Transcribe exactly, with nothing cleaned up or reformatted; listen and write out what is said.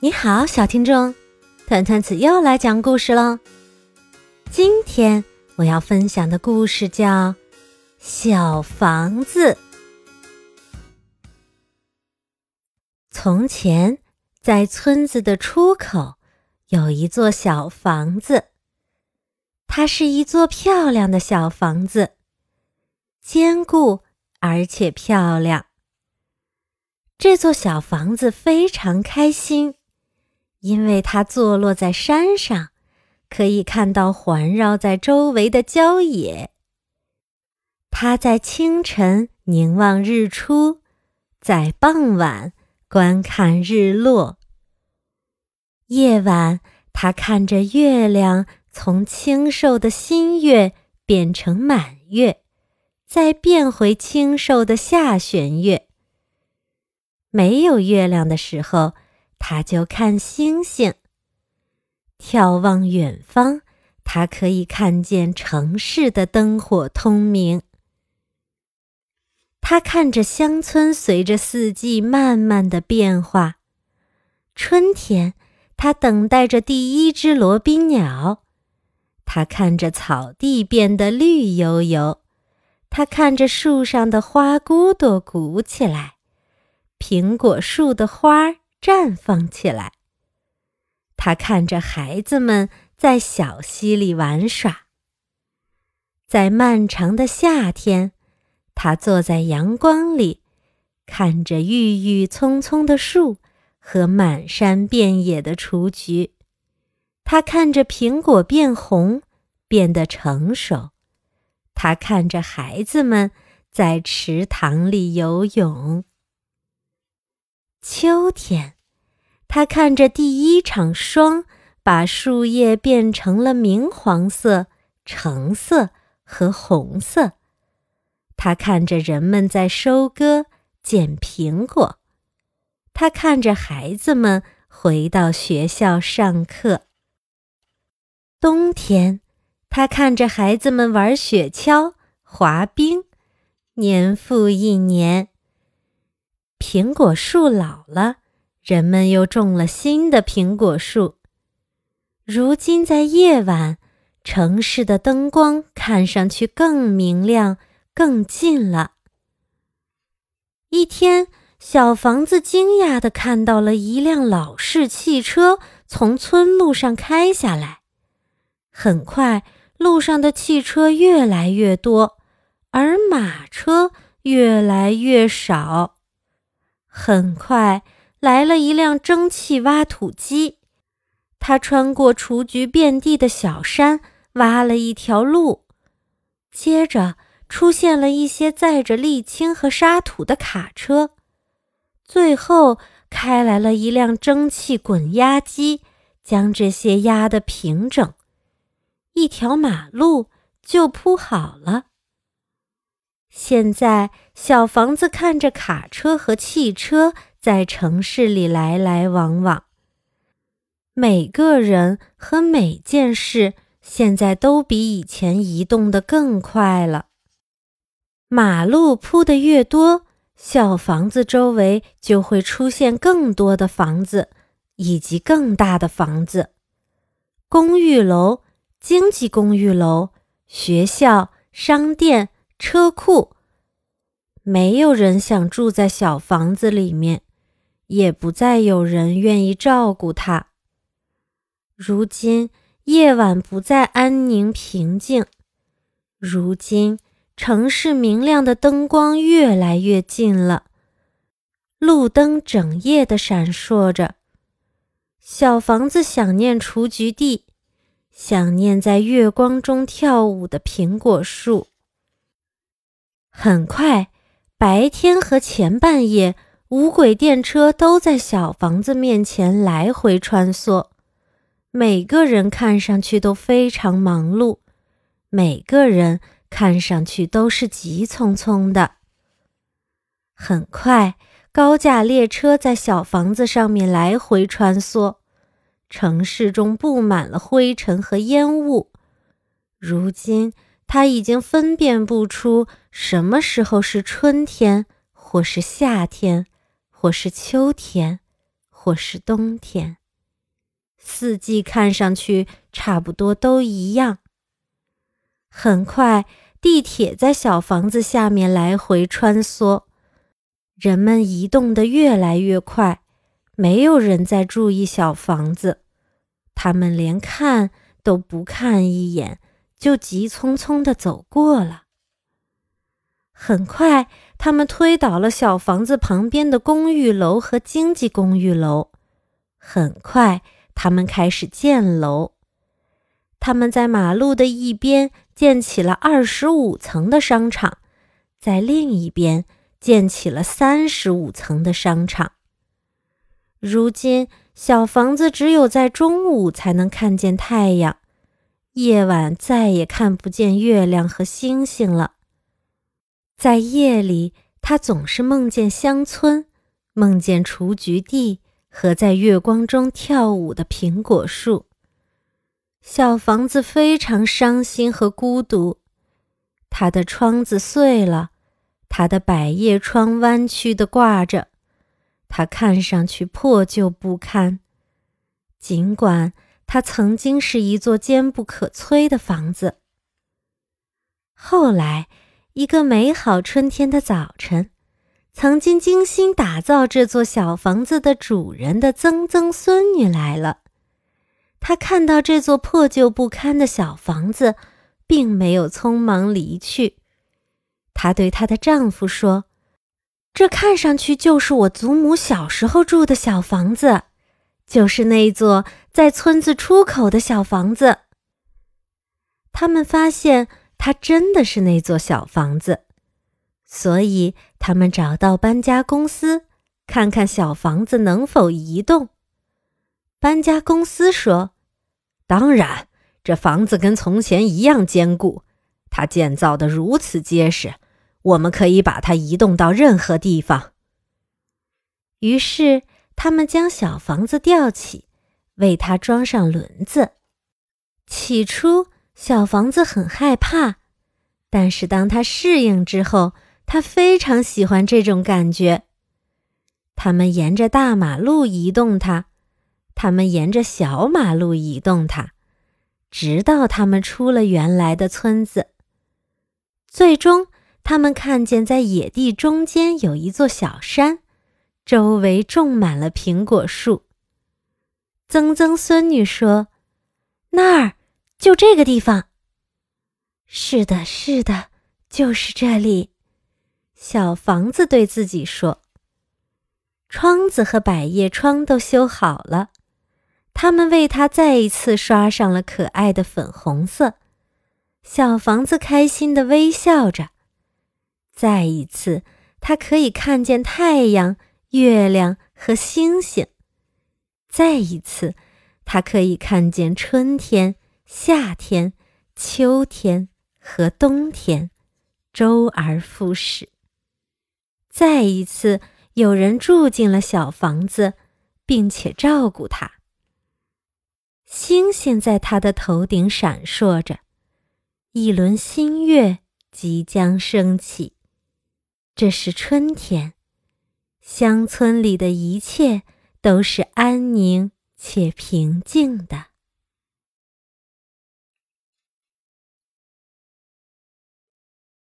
你好，小听众，团团子又来讲故事了。今天我要分享的故事叫《小房子》。从前，在村子的出口有一座小房子，它是一座漂亮的小房子，坚固而且漂亮。这座小房子非常开心，因为它坐落在山上，可以看到环绕在周围的郊野。它在清晨凝望日出，在傍晚观看日落。夜晚，它看着月亮从清瘦的新月变成满月，再变回清瘦的下弦月。没有月亮的时候，他就看星星。眺望远方，他可以看见城市的灯火通明。他看着乡村随着四季慢慢的变化。春天，他等待着第一只罗宾鸟。他看着草地变得绿油油。他看着树上的花骨朵鼓起来。苹果树的花绽放起来。他看着孩子们在小溪里玩耍。在漫长的夏天，他坐在阳光里，看着郁郁葱葱的树和满山遍野的雏菊。他看着苹果变红，变得成熟。他看着孩子们在池塘里游泳。秋天，他看着第一场霜把树叶变成了明黄色、橙色和红色。他看着人们在收割、捡苹果。他看着孩子们回到学校上课。冬天，他看着孩子们玩雪橇、滑冰，年复一年。苹果树老了，人们又种了新的苹果树。如今在夜晚，城市的灯光看上去更明亮、更近了。一天，小房子惊讶地看到了一辆老式汽车从村路上开下来。很快，路上的汽车越来越多，而马车越来越少。很快，来了一辆蒸汽挖土机，它穿过雏菊遍地的小山，挖了一条路。接着，出现了一些载着沥青和沙土的卡车。最后，开来了一辆蒸汽滚压机，将这些压得平整。一条马路就铺好了。现在，小房子看着卡车和汽车在城市里来来往往。每个人和每件事现在都比以前移动得更快了。马路铺得越多，小房子周围就会出现更多的房子，以及更大的房子。公寓楼、经济公寓楼、学校、商店、车库。没有人想住在小房子里面，也不再有人愿意照顾它。如今，夜晚不再安宁平静。如今，城市明亮的灯光越来越近了，路灯整夜地闪烁着。小房子想念雏菊地，想念在月光中跳舞的苹果树。很快，白天和前半夜，无轨电车都在小房子面前来回穿梭。每个人看上去都非常忙碌，每个人看上去都是急匆匆的。很快，高架列车在小房子上面来回穿梭，城市中布满了灰尘和烟雾。如今，他已经分辨不出什么时候是春天，或是夏天，或是秋天， 或是冬天。四季看上去差不多都一样。很快，地铁在小房子下面来回穿梭，人们移动得越来越快，没有人在注意小房子，他们连看都不看一眼，就急匆匆地走过了。很快，他们推倒了小房子旁边的公寓楼和经济公寓楼。很快，他们开始建楼。他们在马路的一边建起了二十五层的商场，在另一边建起了三十五层的商场。如今，小房子只有在中午才能看见太阳，夜晚再也看不见月亮和星星了。在夜里，他总是梦见乡村，梦见雏菊地和在月光中跳舞的苹果树。小房子非常伤心和孤独，它的窗子碎了，它的百叶窗弯曲地挂着，它看上去破旧不堪。尽管它曾经是一座坚不可摧的房子。后来，一个美好春天的早晨，曾经精心打造这座小房子的主人的曾曾孙女来了。她看到这座破旧不堪的小房子，并没有匆忙离去。她对她的丈夫说：“这看上去就是我祖母小时候住的小房子，就是那座在村子出口的小房子。”他们发现它真的是那座小房子，所以他们找到搬家公司，看看小房子能否移动。搬家公司说：“当然，这房子跟从前一样坚固，它建造得如此结实，我们可以把它移动到任何地方。”于是，他们将小房子吊起，为它装上轮子。起初，小房子很害怕，但是当它适应之后，它非常喜欢这种感觉。他们沿着大马路移动它，他们沿着小马路移动它，直到他们出了原来的村子。最终，他们看见在野地中间有一座小山，周围种满了苹果树。曾曾孙女说：“那儿，就这个地方。”“是的，是的，就是这里。”小房子对自己说。窗子和百叶窗都修好了，他们为它再一次刷上了可爱的粉红色。小房子开心地微笑着。再一次，它可以看见太阳、月亮和星星。再一次，它可以看见春天、夏天、秋天和冬天，周而复始。再一次，有人住进了小房子，并且照顾它。星星在它的头顶闪烁着，一轮新月即将升起。这是春天，乡村里的一切都是安宁且平静的。